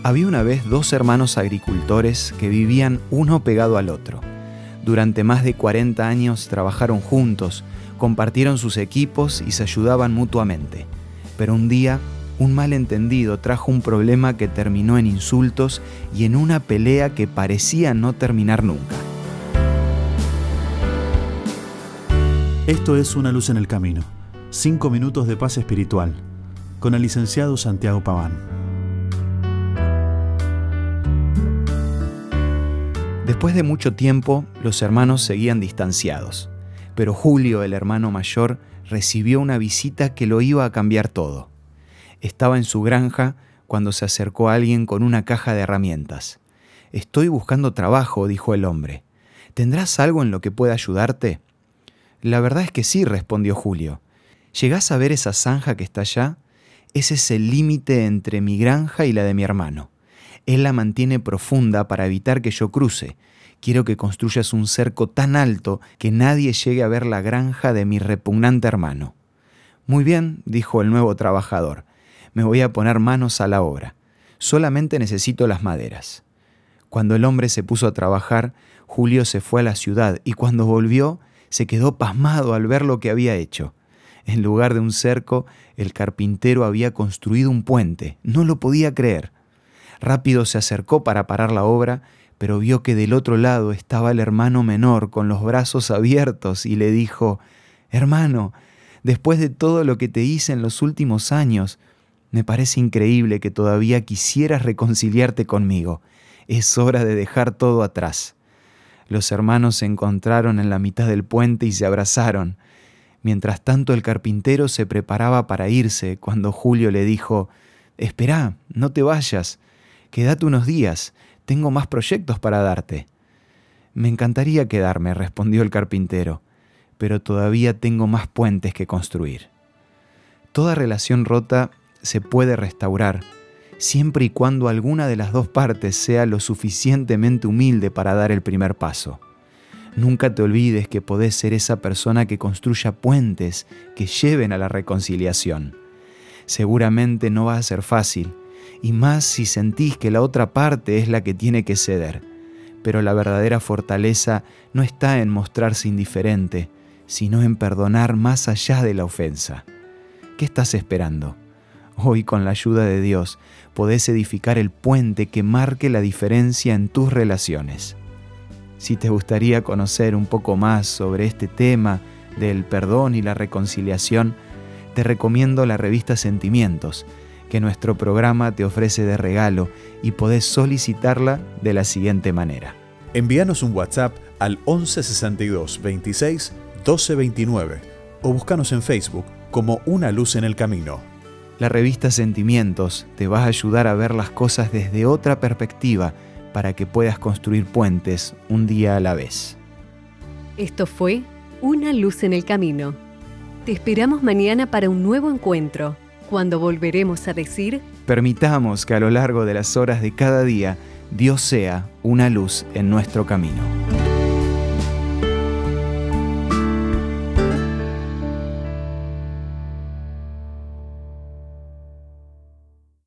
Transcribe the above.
Había una vez dos hermanos agricultores que vivían uno pegado al otro. Durante más de 40 años trabajaron juntos, compartieron sus equipos y se ayudaban mutuamente. Pero un día, un malentendido trajo un problema que terminó en insultos y en una pelea que parecía no terminar nunca. Esto es Una luz en el camino. 5 minutos de paz espiritual. Con el licenciado Santiago Paván. Después de mucho tiempo, los hermanos seguían distanciados. Pero Julio, el hermano mayor, recibió una visita que lo iba a cambiar todo. Estaba en su granja cuando se acercó alguien con una caja de herramientas. «Estoy buscando trabajo», dijo el hombre. «¿Tendrás algo en lo que pueda ayudarte?» «La verdad es que sí», respondió Julio. «¿Llegás a ver esa zanja que está allá? Ese es el límite entre mi granja y la de mi hermano. Él la mantiene profunda para evitar que yo cruce. Quiero que construyas un cerco tan alto que nadie llegue a ver la granja de mi repugnante hermano». «Muy bien», dijo el nuevo trabajador. «Me voy a poner manos a la obra. Solamente necesito las maderas». Cuando el hombre se puso a trabajar, Julio se fue a la ciudad y cuando volvió, se quedó pasmado al ver lo que había hecho. En lugar de un cerco, el carpintero había construido un puente. No lo podía creer. Rápido se acercó para parar la obra, pero vio que del otro lado estaba el hermano menor con los brazos abiertos y le dijo: «Hermano, después de todo lo que te hice en los últimos años, me parece increíble que todavía quisieras reconciliarte conmigo. Es hora de dejar todo atrás». Los hermanos se encontraron en la mitad del puente y se abrazaron. Mientras tanto, el carpintero se preparaba para irse cuando Julio le dijo: «Esperá, no te vayas. Quédate unos días, tengo más proyectos para darte». «Me encantaría quedarme», respondió el carpintero, «pero todavía tengo más puentes que construir». Toda relación rota se puede restaurar, siempre y cuando alguna de las dos partes sea lo suficientemente humilde para dar el primer paso. Nunca te olvides que podés ser esa persona que construya puentes que lleven a la reconciliación. Seguramente no va a ser fácil, y más si sentís que la otra parte es la que tiene que ceder. Pero la verdadera fortaleza no está en mostrarse indiferente, sino en perdonar más allá de la ofensa. ¿Qué estás esperando? Hoy, con la ayuda de Dios, podés edificar el puente que marque la diferencia en tus relaciones. Si te gustaría conocer un poco más sobre este tema del perdón y la reconciliación, te recomiendo la revista Sentimientos, que nuestro programa te ofrece de regalo y podés solicitarla de la siguiente manera. Envíanos un WhatsApp al 11 62 26 12 29 o búscanos en Facebook como Una luz en el camino. La revista Sentimientos te va a ayudar a ver las cosas desde otra perspectiva para que puedas construir puentes un día a la vez. Esto fue Una luz en el camino. Te esperamos mañana para un nuevo encuentro, cuando volveremos a decir: permitamos que a lo largo de las horas de cada día Dios sea una luz en nuestro camino.